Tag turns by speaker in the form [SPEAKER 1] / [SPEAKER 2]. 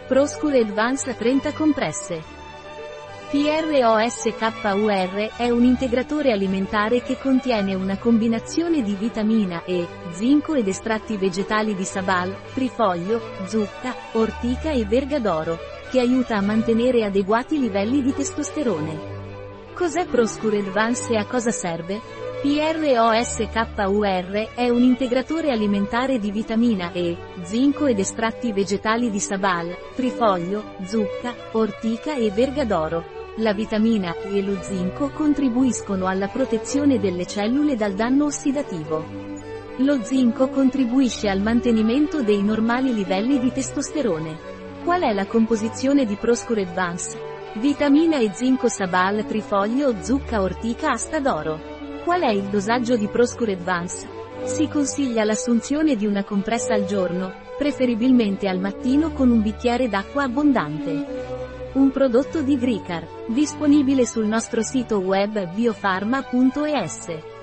[SPEAKER 1] Proscure Advance 30 compresse. PROSKUR è un integratore alimentare che contiene una combinazione di vitamina E, zinco ed estratti vegetali di sabal, trifoglio, zucca, ortica e verga d'oro, che aiuta a mantenere adeguati livelli di testosterone. Cos'è Proscure Advance e a cosa serve? PROSKUR è un integratore alimentare di vitamina E, zinco ed estratti vegetali di sabal, trifoglio, zucca, ortica e verga d'oro. La vitamina E e lo zinco contribuiscono alla protezione delle cellule dal danno ossidativo. Lo zinco contribuisce al mantenimento dei normali livelli di testosterone. Qual è la composizione di Proscure Advance? Vitamina E, zinco, sabal, trifoglio, zucca, ortica, asta d'oro. Qual è il dosaggio di Proscure Advance? Si consiglia l'assunzione di una compressa al giorno, preferibilmente al mattino con un bicchiere d'acqua abbondante. Un prodotto di Gricar, disponibile sul nostro sito web biofarma.es.